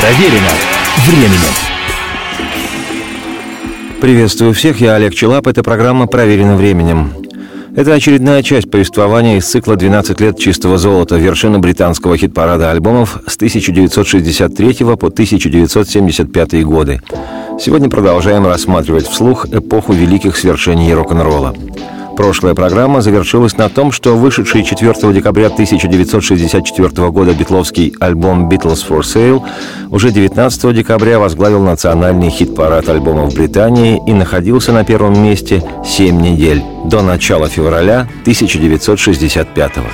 Проверено временем. Приветствую всех, я Олег Челап, это программа «Проверено временем». Это очередная часть повествования из цикла «12 лет чистого золота», вершина британского хит-парада альбомов с 1963 по 1975 годы. Сегодня продолжаем рассматривать вслух эпоху великих свершений рок-н-ролла. Прошлая программа завершилась на том, что вышедший 4 декабря 1964 года битловский альбом «Beatles for Sale» уже 19 декабря возглавил национальный хит-парад альбомов Британии и находился на первом месте 7 недель, до начала февраля 1965 года.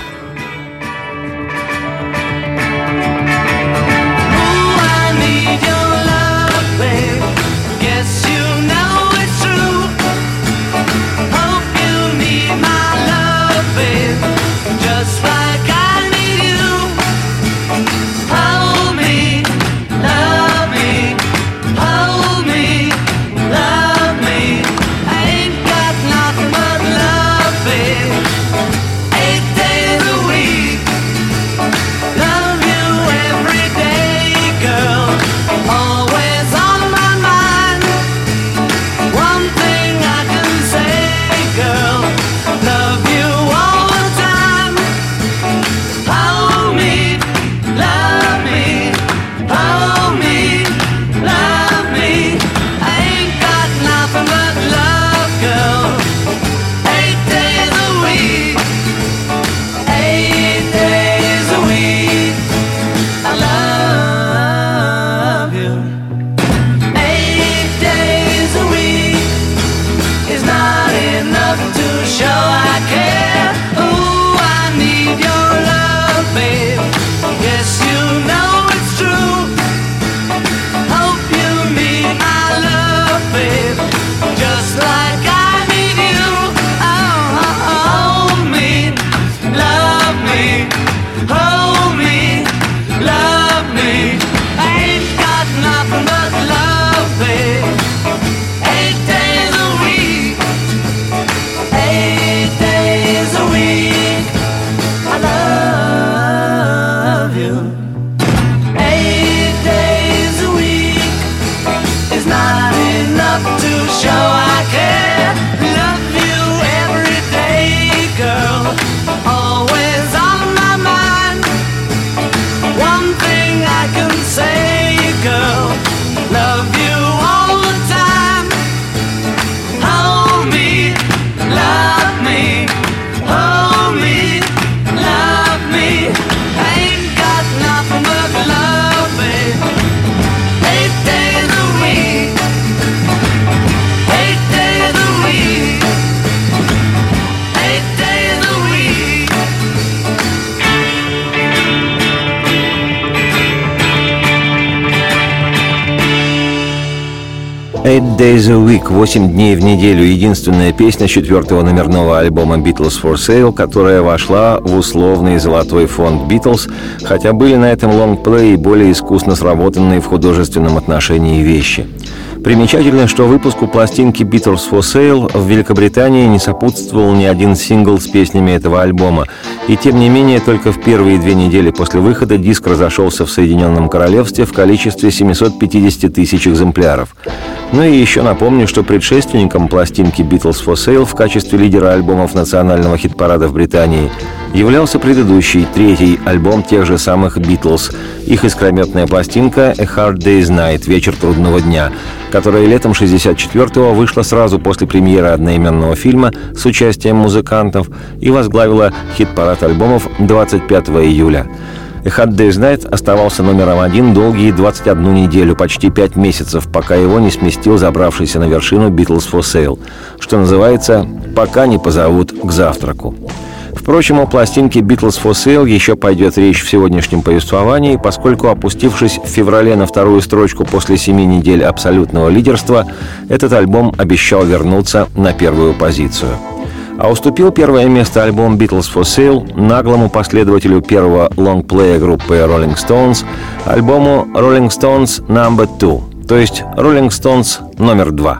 «8 Days a Week» — 8 дней в неделю — единственная песня с 4-го номерного альбома «Beatles for Sale», которая вошла в условный золотой фонд «Beatles», хотя были на этом лонгплее и более искусно сработанные в художественном отношении вещи. Примечательно, что выпуску пластинки «Beatles for Sale» в Великобритании не сопутствовал ни один сингл с песнями этого альбома. И тем не менее, только в первые 2 недели после выхода диск разошелся в Соединенном Королевстве в количестве 750 тысяч экземпляров. Ну и еще напомню, что предшественником пластинки «Beatles for Sale» в качестве лидера альбомов национального хит-парада в Британии являлся предыдущий, 3-й альбом тех же самых «Beatles». Их искрометная пластинка «A Hard Day's Night» — «Вечер трудного дня», которая летом 1964-го вышла сразу после премьеры одноименного фильма с участием музыкантов и возглавила хит-парад альбомов 25 июля. «A Hard Day's Night» оставался номером 1 долгие 21 неделю, почти 5 месяцев, пока его не сместил забравшийся на вершину «Beatles for Sale», что называется «пока не позовут к завтраку». Впрочем, о пластинке «Beatles for Sale» еще пойдет речь в сегодняшнем повествовании, поскольку, опустившись в феврале на 2-ю строчку после 7 недель абсолютного лидерства, этот альбом обещал вернуться на 1-ю позицию. А уступил 1-е место альбом «Beatles for Sale» наглому последователю первого лонгплея группы Rolling Stones, альбому Rolling Stones No. 2, то есть Rolling Stones номер 2.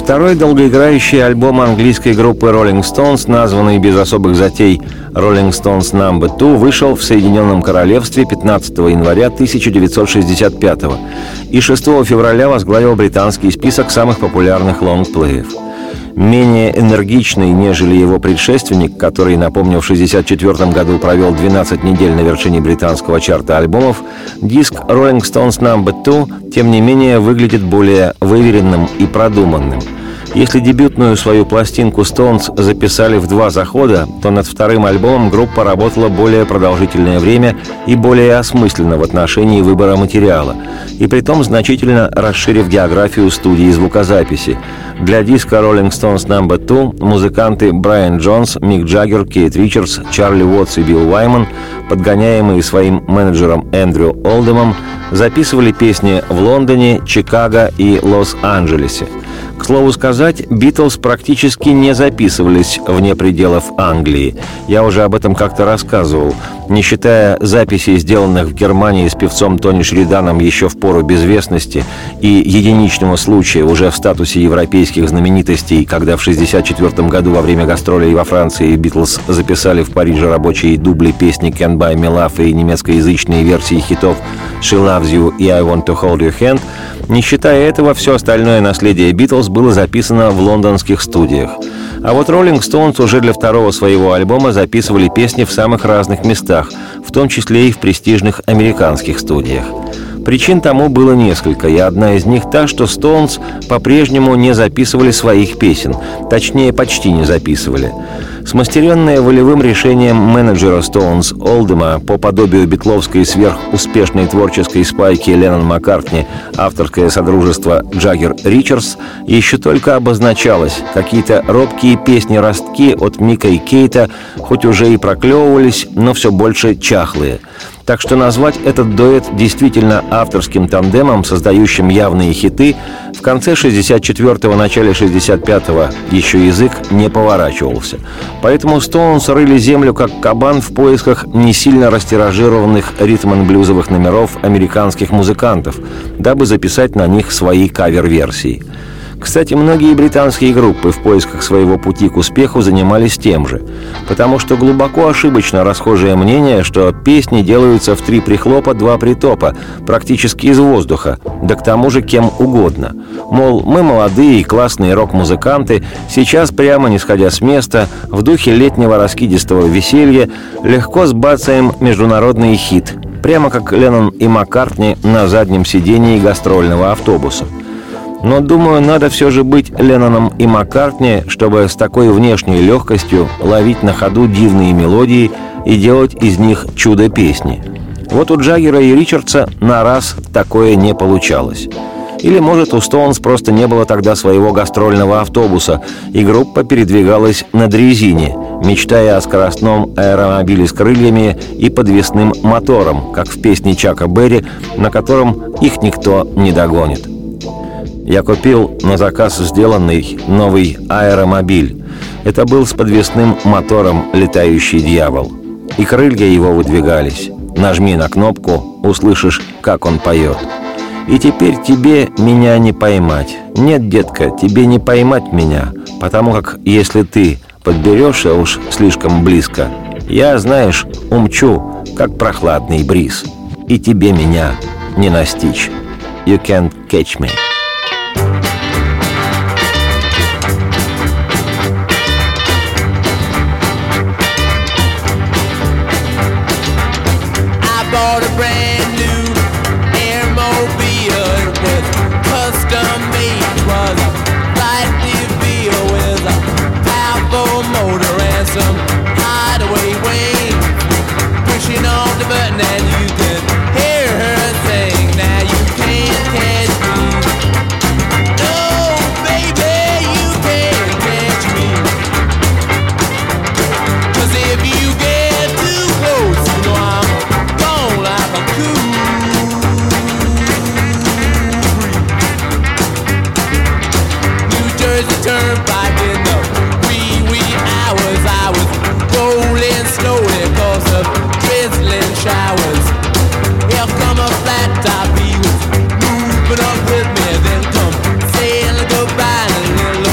Второй долгоиграющий альбом английской группы Rolling Stones, названный без особых затей Rolling Stones No. 2, вышел в Соединенном Королевстве 15 января 1965 и 6 февраля возглавил британский список самых популярных лонгплеев. Менее энергичный, нежели его предшественник, который, напомню, в 1964 году провел 12 недель на вершине британского чарта альбомов, диск Rolling Stones No. 2, тем не менее, выглядит более выверенным и продуманным. Если дебютную свою пластинку Stones записали в 2 захода, то над вторым альбомом группа работала более продолжительное время и более осмысленно в отношении выбора материала, и притом значительно расширив географию студии звукозаписи. Для диска Rolling Stones No. 2 музыканты Брайан Джонс, Мик Джаггер, Кейт Ричардс, Чарли Уотс и Билл Уайман, подгоняемые своим менеджером Эндрю Олдемом, записывали песни в Лондоне, Чикаго и Лос-Анджелесе. К слову сказать, Битлз практически не записывались вне пределов Англии. Я уже об этом как-то рассказывал. Не считая записей, сделанных в Германии с певцом Тони Шриданом еще в пору безвестности, и единичного случая уже в статусе европейских знаменитостей, когда в 1964 году во время гастролей во Франции Битлз записали в Париже рабочие дубли песни «Can't Buy Me Love» и немецкоязычные версии хитов «She Loves You» и «I Want to Hold Your Hand», не считая этого, все остальное наследие Битлз было записано в лондонских студиях. А вот Rolling Stones уже для второго своего альбома записывали песни в самых разных местах, в том числе и в престижных американских студиях. Причин тому было несколько, и одна из них та, что Stones по-прежнему не записывали своих песен, точнее, почти не записывали. Смастеренная волевым решением менеджера Stones Олдема по подобию битловской сверхуспешной творческой спайки Леннон-Маккартни авторское содружество Джаггер-Ричардс еще только обозначалось. Какие-то робкие песни-ростки от Мика и Кейта хоть уже и проклевывались, но все больше чахлые. Так что назвать этот дуэт действительно авторским тандемом, создающим явные хиты, в конце 64-го, начале 65-го еще язык не поворачивался. Поэтому Стоунс рыли землю как кабан в поисках не сильно растиражированных ритм-н-блюзовых номеров американских музыкантов, дабы записать на них свои кавер-версии. Кстати, многие британские группы в поисках своего пути к успеху занимались тем же, потому что глубоко ошибочно расхожее мнение, что песни делаются в 3 прихлопа, 2 притопа, практически из воздуха, да к тому же кем угодно. Мол, мы молодые и классные рок-музыканты, сейчас прямо не сходя с места, в духе летнего раскидистого веселья, легко сбацаем международный хит, прямо как Леннон и Маккартни на заднем сидении гастрольного автобуса. Но, думаю, надо все же быть Ленноном и Маккартни, чтобы с такой внешней легкостью ловить на ходу дивные мелодии и делать из них чудо-песни. Вот у Джаггера и Ричардса на раз такое не получалось. Или, может, у Стоунс просто не было тогда своего гастрольного автобуса, и группа передвигалась на дрезине, мечтая о скоростном аэромобиле с крыльями и подвесным мотором, как в песне Чака Берри, на котором их никто не догонит. Я купил на заказ сделанный новый аэромобиль. Это был с подвесным мотором летающий дьявол. И крылья его выдвигались. Нажми на кнопку, услышишь, как он поет. И теперь тебе меня не поймать. Нет, детка, тебе не поймать меня, потому как если ты подберешься уж слишком близко, я, знаешь, умчу, как прохладный бриз. И тебе меня не настичь. You can't catch me. Moving up with me, then come saying goodbye in a little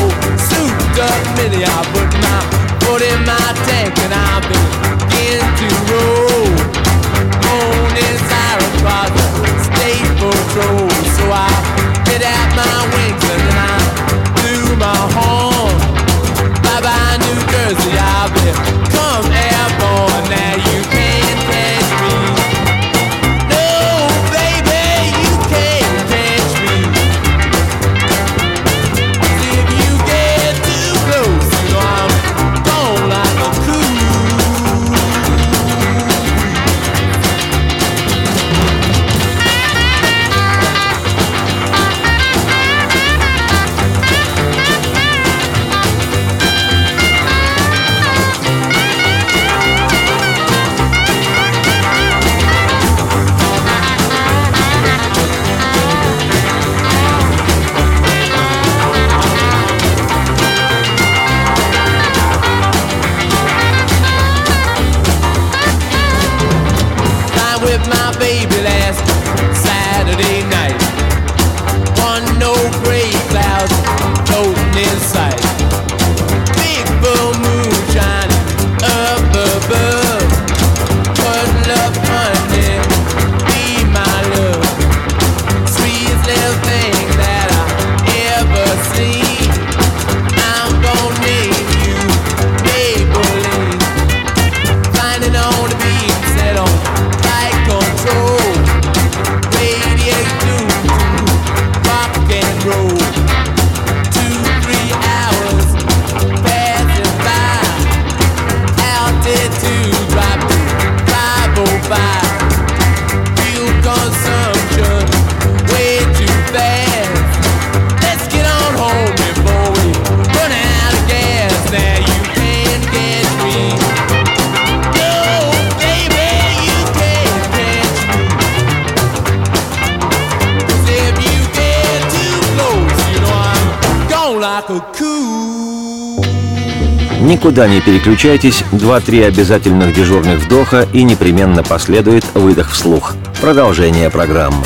Никуда не переключайтесь, 2-3 обязательных дежурных вдоха и непременно последует выдох вслух. Продолжение программы.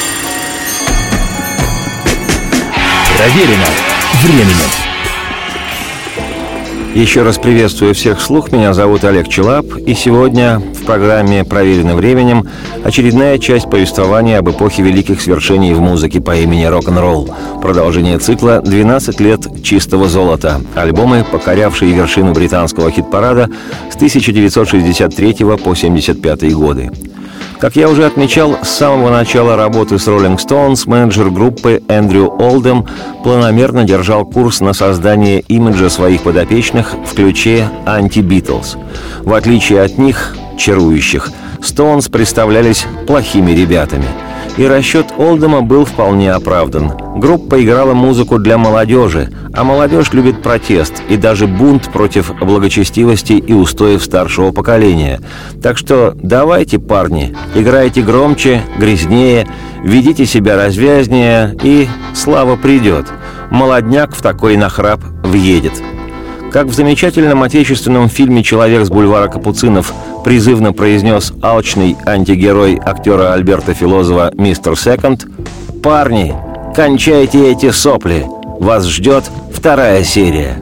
Проверено временем. Еще раз приветствую всех вслух, меня зовут Олег Челап, и сегодня в программе «Проверено временем» очередная часть повествования об эпохе великих свершений в музыке по имени рок-н-ролл. Продолжение цикла «12 лет чистого золота». Альбомы, покорявшие вершину британского хит-парада с 1963 по 1975 годы. Как я уже отмечал, с самого начала работы с Rolling Stones менеджер группы Эндрю Олдем планомерно держал курс на создание имиджа своих подопечных в ключе анти-Битлз. В отличие от них, чарующих, Stones представлялись плохими ребятами. И расчет Олдема был вполне оправдан. Группа играла музыку для молодежи, а молодежь любит протест и даже бунт против благочестивости и устоев старшего поколения. Так что давайте, парни, играйте громче, грязнее, ведите себя развязнее, и слава придет. Молодняк в такой нахрап въедет. Как в замечательном отечественном фильме «Человек с бульвара Капуцинов» призывно произнес алчный антигерой актера Альберта Филозова мистер Секонд: «Парни, кончайте эти сопли, вас ждет вторая серия».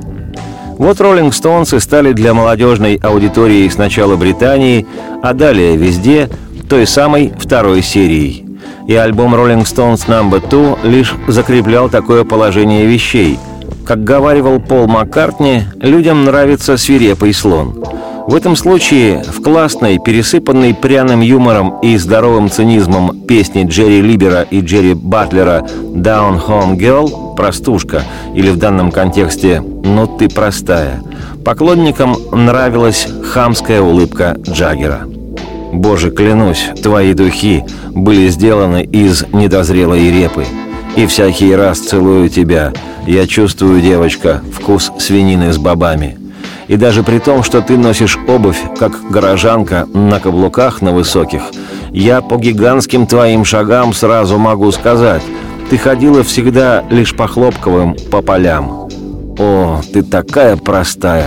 Вот Rolling Stones и стали для молодежной аудитории сначала Британии, а далее везде той самой второй серией. И альбом Rolling Stones No. 2 лишь закреплял такое положение вещей. Как говаривал Пол Маккартни, людям нравится свирепый слон. В этом случае в классной, пересыпанной пряным юмором и здоровым цинизмом песни Джерри Либера и Джерри Батлера «Down Home Girl» «Простушка» или в данном контексте «Ну ты простая», поклонникам нравилась хамская улыбка Джаггера. «Боже, клянусь, твои духи были сделаны из недозрелой репы. И всякий раз целую тебя, я чувствую, девочка, вкус свинины с бобами. И даже при том, что ты носишь обувь, как горожанка, на каблуках на высоких, я по гигантским твоим шагам сразу могу сказать, ты ходила всегда лишь по хлопковым, по полям. О, ты такая простая.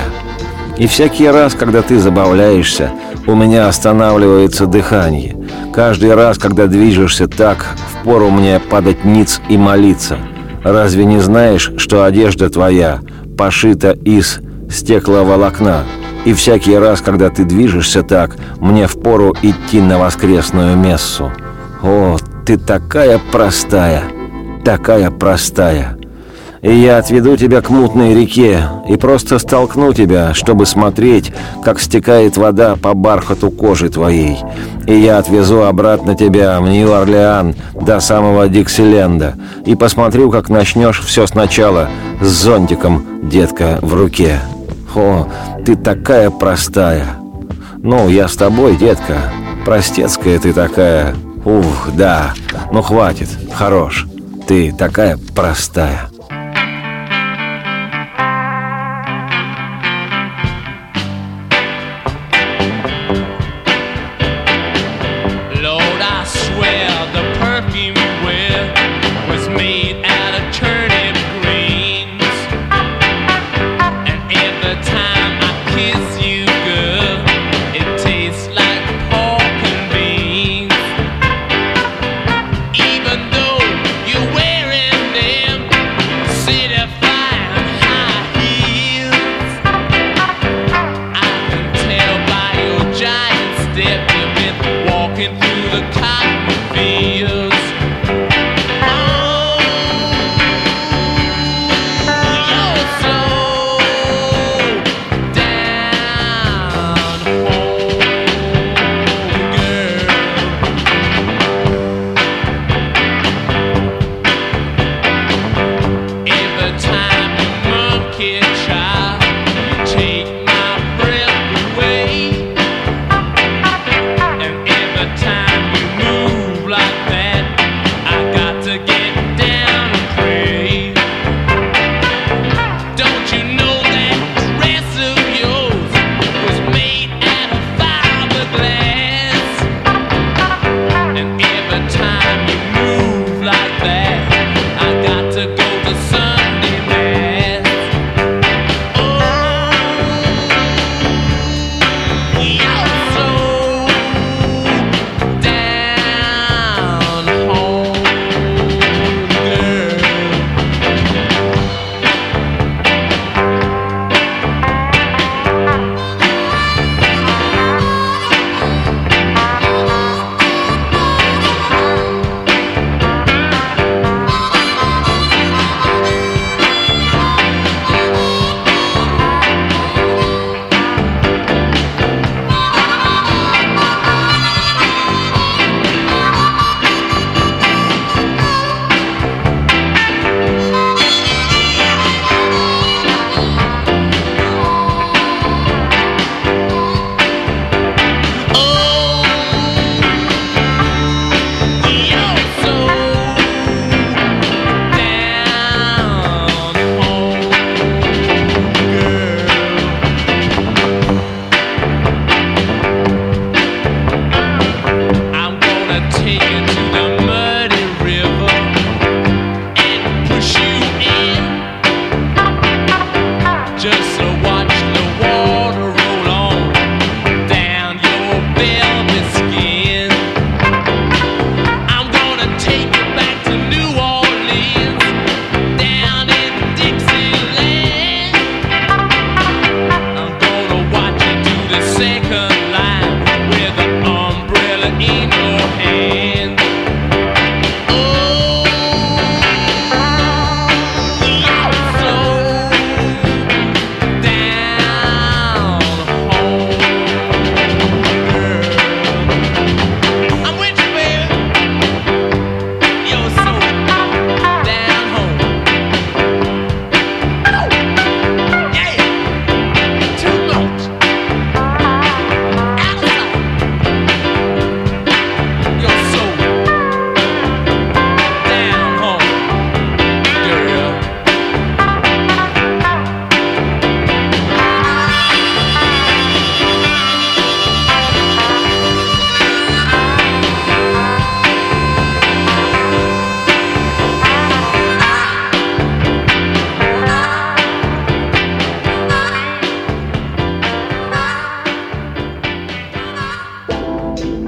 И всякий раз, когда ты забавляешься, у меня останавливается дыхание. Каждый раз, когда движешься так, впору мне падать ниц и молиться. Разве не знаешь, что одежда твоя пошита из стекловолокна? И всякий раз, когда ты движешься так, мне впору идти на воскресную мессу. О, ты такая простая, такая простая. И я отведу тебя к мутной реке и просто столкну тебя, чтобы смотреть, как стекает вода по бархату кожи твоей. И я отвезу обратно тебя в Нью-Орлеан до самого Диксиленда и посмотрю, как начнешь все сначала с зонтиком, детка, в руке. О, ты такая простая. Ну, я с тобой, детка. Простецкая ты такая. Ух, да. Ну, хватит. Хорош. Ты такая простая.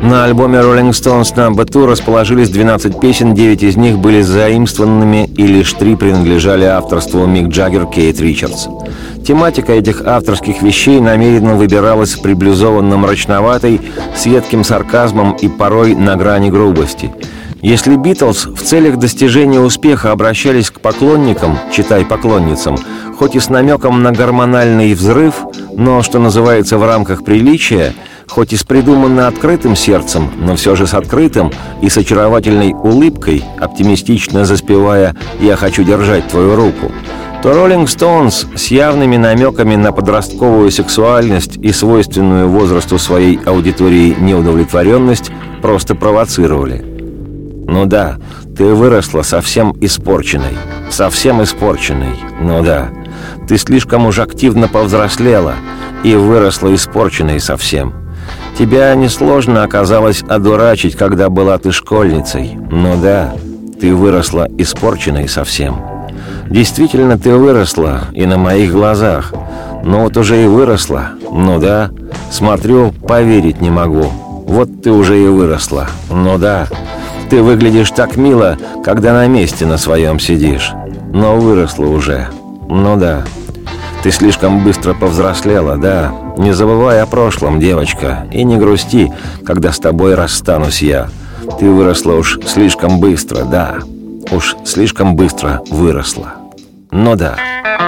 На альбоме Rolling Stones No. 2 расположились 12 песен, 9 из них были заимствованными, и лишь 3 принадлежали авторству Мик Джаггер, Кейт Ричардс. Тематика этих авторских вещей намеренно выбиралась приблюзованно-мрачноватой, с едким сарказмом и порой на грани грубости. Если Битлз в целях достижения успеха обращались к поклонникам, читай поклонницам, хоть и с намеком на гормональный взрыв, но, что называется, в рамках приличия, хоть и с придуманно открытым сердцем, но все же с открытым и с очаровательной улыбкой, оптимистично заспевая «Я хочу держать твою руку», то Rolling Stones с явными намеками на подростковую сексуальность и свойственную возрасту своей аудитории неудовлетворенность просто провоцировали. Ну да, ты выросла совсем испорченной. Совсем испорченной, ну да. Ты слишком уж активно повзрослела и выросла испорченной совсем. Тебя несложно оказалось одурачить, когда была ты школьницей. Ну да, ты выросла испорченной совсем. Действительно, ты выросла, и на моих глазах. Ну вот уже и выросла, ну да. Смотрю, поверить не могу. Вот ты уже и выросла, ну да. Ты выглядишь так мило, когда на месте на своем сидишь. Но выросла уже, ну да. Ты слишком быстро повзрослела, да. Не забывай о прошлом, девочка, и не грусти, когда с тобой расстанусь я. Ты выросла уж слишком быстро, да. Уж слишком быстро выросла. Ну да.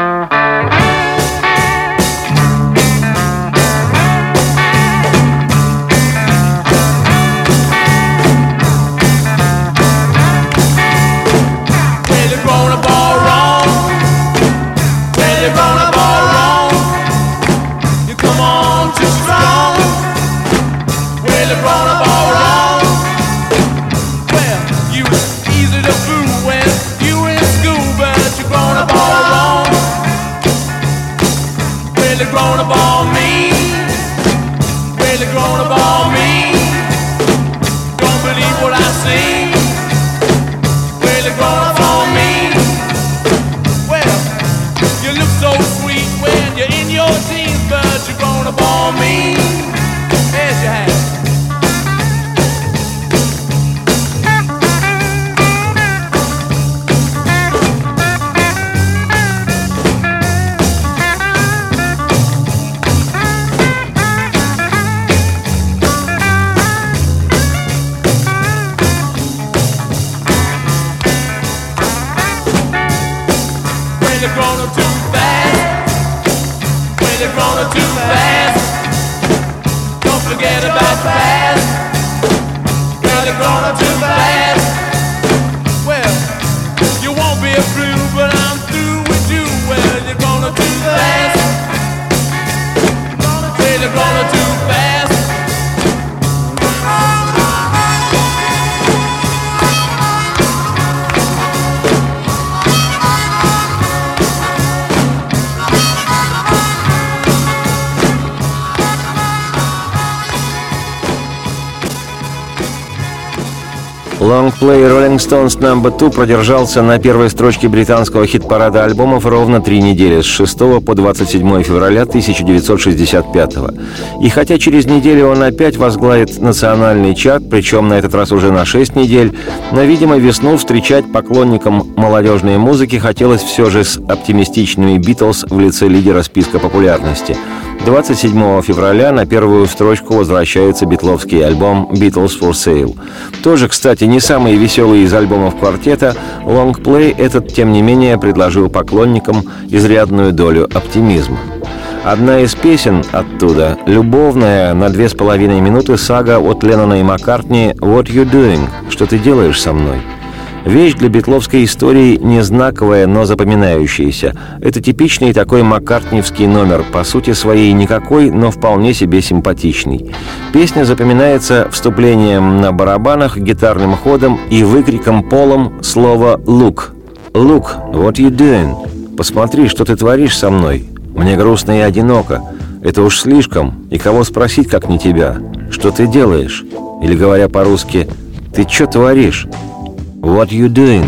Лонгплей Rolling Stones No. 2 продержался на первой строчке британского хит-парада альбомов ровно 3 недели, с 6 по 27 февраля 1965 года. И хотя через неделю он опять возглавит национальный чарт, причем на этот раз уже на 6 недель, но, видимо, весну встречать поклонникам молодежной музыки хотелось все же с оптимистичными «Битлз» в лице лидера списка популярности. 27 февраля на первую строчку возвращается битловский альбом «Beatles for Sale». Тоже, кстати, не самый веселый из альбомов квартета, лонгплей этот, тем не менее, предложил поклонникам изрядную долю оптимизма. Одна из песен оттуда — любовная на 2,5 минуты сага от Леннона и Маккартни «What You Doing?» «Что ты делаешь со мной?» Вещь для битловской истории не знаковая, но запоминающаяся. Это типичный такой маккартниевский номер, по сути своей никакой, но вполне себе симпатичный. Песня запоминается вступлением на барабанах, гитарным ходом и выкриком Полом слова «Look». «Look, what you doing?» «Посмотри, что ты творишь со мной. Мне грустно и одиноко. Это уж слишком. И кого спросить, как не тебя? Что ты делаешь?» Или, говоря по-русски, «Ты что творишь?» «What you doing?»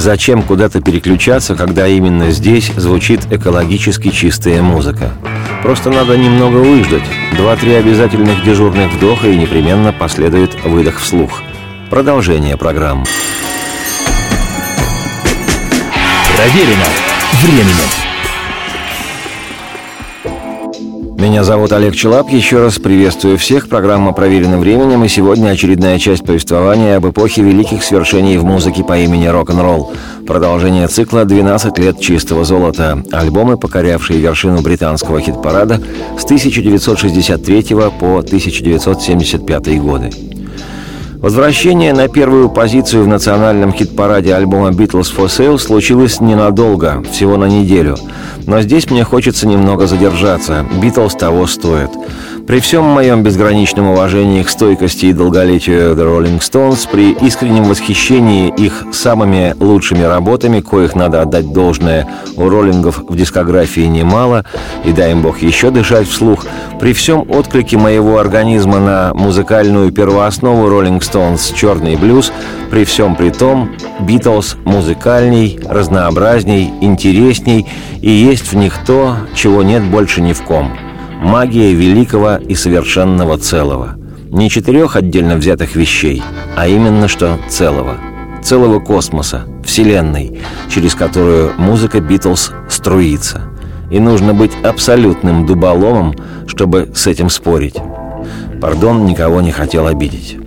Зачем куда-то переключаться, когда именно здесь звучит экологически чистая музыка? Просто надо немного выждать. 2-3 обязательных дежурных вдоха, и непременно последует выдох вслух. Продолжение программы. Проверено временем. Меня зовут Олег Челап. Еще раз приветствую всех. Программа «Проверено временем». И сегодня очередная часть повествования об эпохе великих свершений в музыке по имени рок-н-ролл. Продолжение цикла «12 лет чистого золота». Альбомы, покорявшие вершину британского хит-парада с 1963 по 1975 годы. Возвращение на первую позицию в национальном хит-параде альбома «Beatles for Sale» случилось ненадолго, всего на неделю. Но здесь мне хочется немного задержаться. «Beatles» того стоит. При всем моем безграничном уважении к стойкости и долголетию The Rolling Stones, при искреннем восхищении их самыми лучшими работами, коих надо отдать должное, у роллингов в дискографии немало, и дай им бог еще дышать вслух, при всем отклике моего организма на музыкальную первооснову Rolling Stones «Черный блюз», при всем при том, Beatles музыкальней, разнообразней, интересней, и есть в них то, чего нет больше ни в ком. Магия великого и совершенного целого. Не 4 отдельно взятых вещей, а именно что целого. Целого космоса, вселенной, через которую музыка «Битлз» струится. И нужно быть абсолютным дуболомом, чтобы с этим спорить. Пардон, никого не хотел обидеть.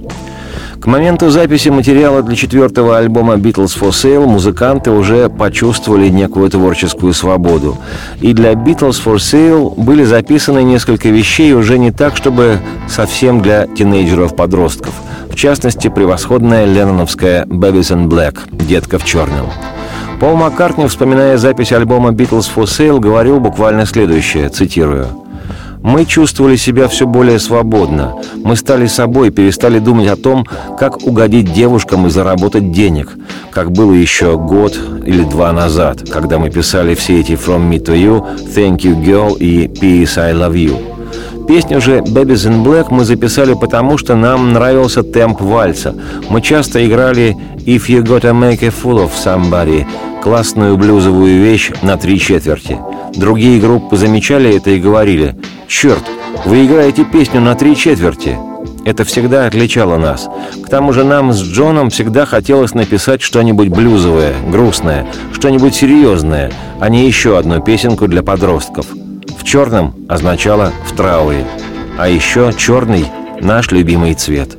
К моменту записи материала для 4-го альбома «Beatles for Sale» музыканты уже почувствовали некую творческую свободу. И для «Beatles for Sale» были записаны несколько вещей уже не так, чтобы совсем для тинейджеров-подростков. В частности, превосходная ленноновская «Babies in Black» «Детка в черном». Пол Маккартни, вспоминая запись альбома «Beatles for Sale», говорил буквально следующее, цитирую: «Мы чувствовали себя все более свободно. Мы стали собой, перестали думать о том, как угодить девушкам и заработать денег, как было еще год или 2 назад, когда мы писали все эти «From Me to You», «Thank You Girl» и «P.S. I Love You». Песню же «Babies in Black» мы записали потому, что нам нравился темп вальса. Мы часто играли «If You Gotta Make a Fool of Somebody», классную блюзовую вещь на 3/4. Другие группы замечали это и говорили: «Черт, вы играете песню на 3/4». Это всегда отличало нас. К тому же нам с Джоном всегда хотелось написать что-нибудь блюзовое, грустное, что-нибудь серьезное, а не еще одну песенку для подростков. В черном означало в трауре. А еще черный — наш любимый цвет.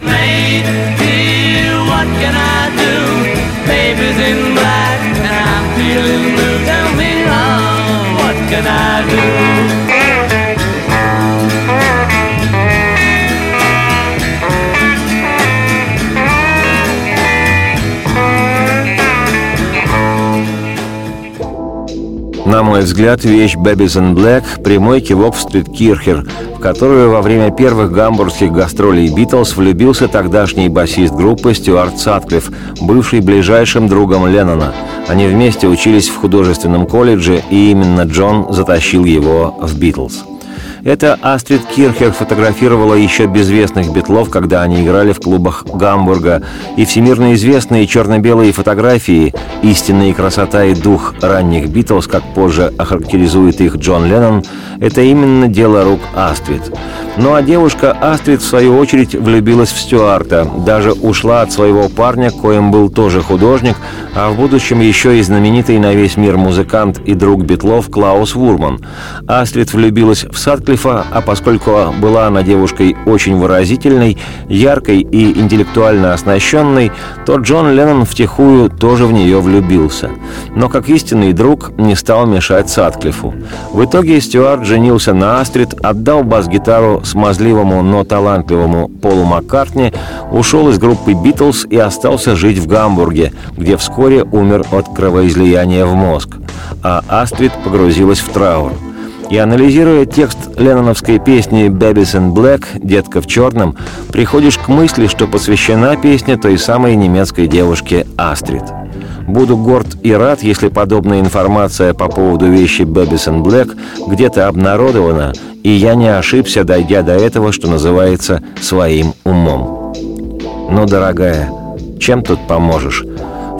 На мой взгляд, вещь «Babies in Black» — прямой кивок в Стрит-Кирхер, в которую во время первых гамбургских гастролей «Битлз» влюбился тогдашний басист группы Стюарт Сатклифф, бывший ближайшим другом Леннона. Они вместе учились в художественном колледже, и именно Джон затащил его в «Битлз». Это Астрид Кирхер фотографировала еще безвестных битлов, когда они играли в клубах Гамбурга, и всемирно известные черно-белые фотографии «Истинная красота и дух ранних Битлз», как позже охарактеризует их Джон Леннон, это именно дело рук Астрид. Ну а девушка Астрид, в свою очередь, влюбилась в Стюарта, даже ушла от своего парня, коим был тоже художник, а в будущем еще и знаменитый на весь мир музыкант и друг битлов Клаус Вурман. Астрид влюбилась в Сатклиффа, а поскольку была она девушкой очень выразительной, яркой и интеллектуально оснащенной, то Джон Леннон втихую тоже в нее влюбился. Но как истинный друг не стал мешать Сатклиффу. В итоге Стюарт женился на Астрид, отдал бас-гитару смазливому, но талантливому Полу Маккартни, ушел из группы «Битлз» и остался жить в Гамбурге, где вскоре умер от кровоизлияния в мозг. А Астрид погрузилась в траур. И анализируя текст ленноновской песни «Babies in Black» «Детка в черном», приходишь к мысли, что посвящена песня той самой немецкой девушке Астрид. Буду горд и рад, если подобная информация по поводу вещи «Babies in Black» где-то обнародована, и я не ошибся, дойдя до этого, что называется, своим умом. Ну, дорогая, чем тут поможешь?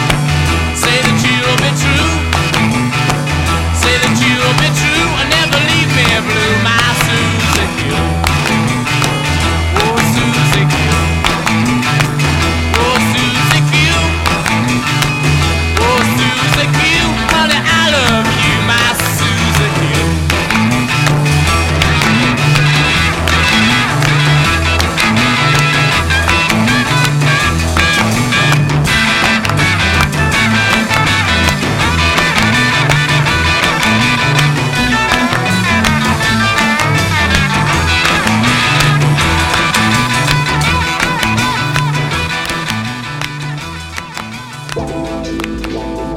say that you'll be true.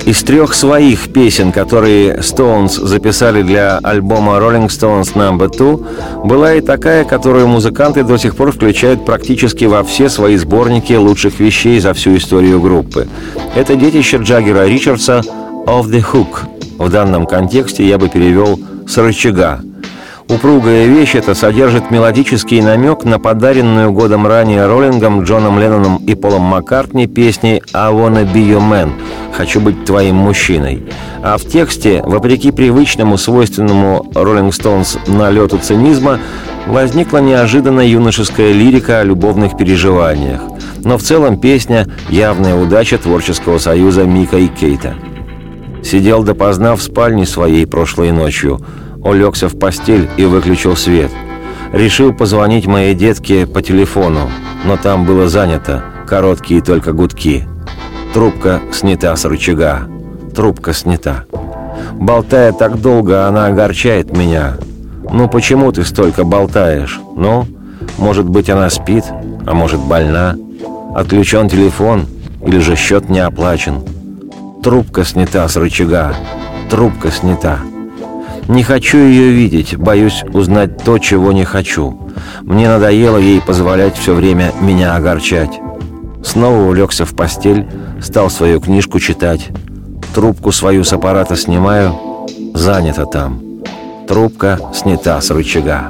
Из 3 своих песен, которые Stones записали для альбома Rolling Stones No. 2, была и такая, которую музыканты до сих пор включают практически во все свои сборники лучших вещей за всю историю группы. Это детище Джаггера Ричардса «Off the Hook». В данном контексте я бы перевел «с рычага». Упругая вещь эта содержит мелодический намек на подаренную годом ранее Роллингом, Джоном Ленноном и Полом Маккартни песни «I wanna be your man» — «Хочу быть твоим мужчиной». А в тексте, вопреки привычному, свойственному Rolling Stones налету цинизма, возникла неожиданно юношеская лирика о любовных переживаниях. Но в целом песня — явная удача творческого союза Мика и Кейта. Сидел допоздна в спальне своей прошлой ночью, улегся в постель и выключил свет. Решил позвонить моей детке по телефону, но там было занято, короткие только гудки. Трубка снята с рычага. Трубка снята. Болтая так долго, она огорчает меня. Ну почему ты столько болтаешь? Ну, может быть, она спит, а может, больна. Отключен телефон или же счет не оплачен. Трубка снята с рычага. Трубка снята. Не хочу ее видеть, боюсь узнать то, чего не хочу. Мне надоело ей позволять все время меня огорчать. Снова улегся в постель, стал свою книжку читать. Трубку свою с аппарата снимаю, занято там. Трубка снята с рычага.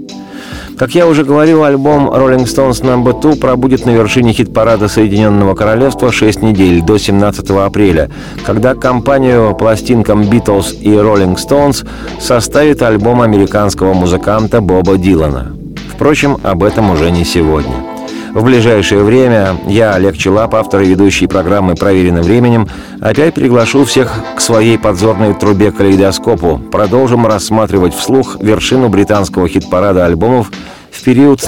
Как я уже говорил, альбом Rolling Stones No. 2 пробудет на вершине хит-парада Соединенного Королевства 6 недель, до 17 апреля, когда компанию пластинкам Beatles и Rolling Stones составит альбом американского музыканта Боба Дилана. Впрочем, об этом уже не сегодня. В ближайшее время я, Олег Челап, автор и ведущий программы «Проверено временем», опять приглашу всех к своей подзорной трубе калейдоскопу. Продолжим рассматривать вслух вершину британского хит-парада альбомов в период с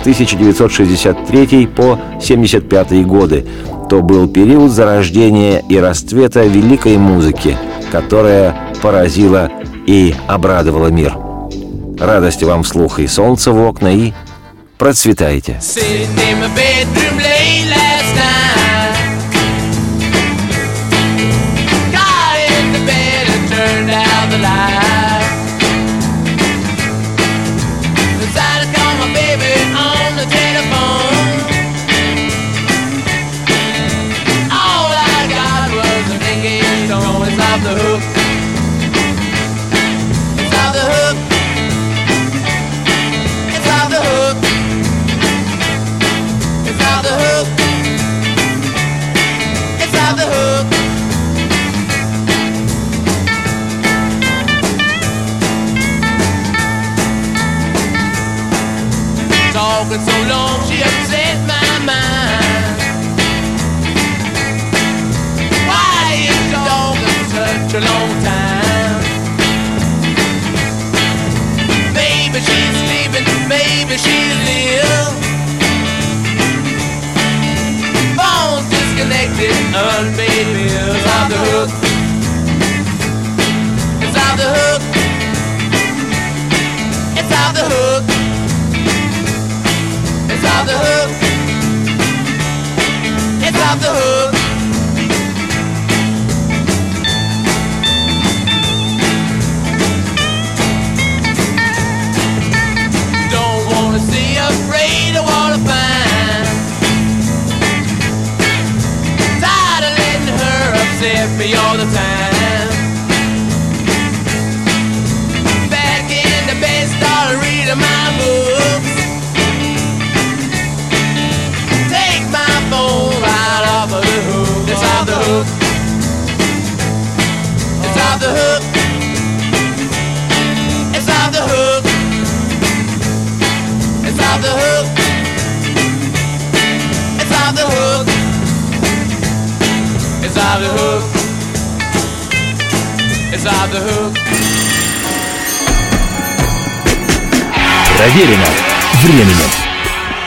1963 по 1975 годы. То был период зарождения и расцвета великой музыки, которая поразила и обрадовала мир. Радости вам вслух и солнца в окна, и процветайте! Talking so long, she upset my mind. Why is she talking such a long time? Maybe she's sleeping, maybe she's ill. Phone's disconnected, unpaid bills. Off the hook. It's off the hook. It's off the hook. It's off the hook. It's off the hook. Don't wanna see, afraid of what I find. Tired of letting her upset me all the time. Back in the bed, started reading my books. Right off of the hook. It's off the hook. It's off the hook. It's off the hook. It's off the hook. It's off the hook. It's off the hook. It's off the hook. Проверено временем.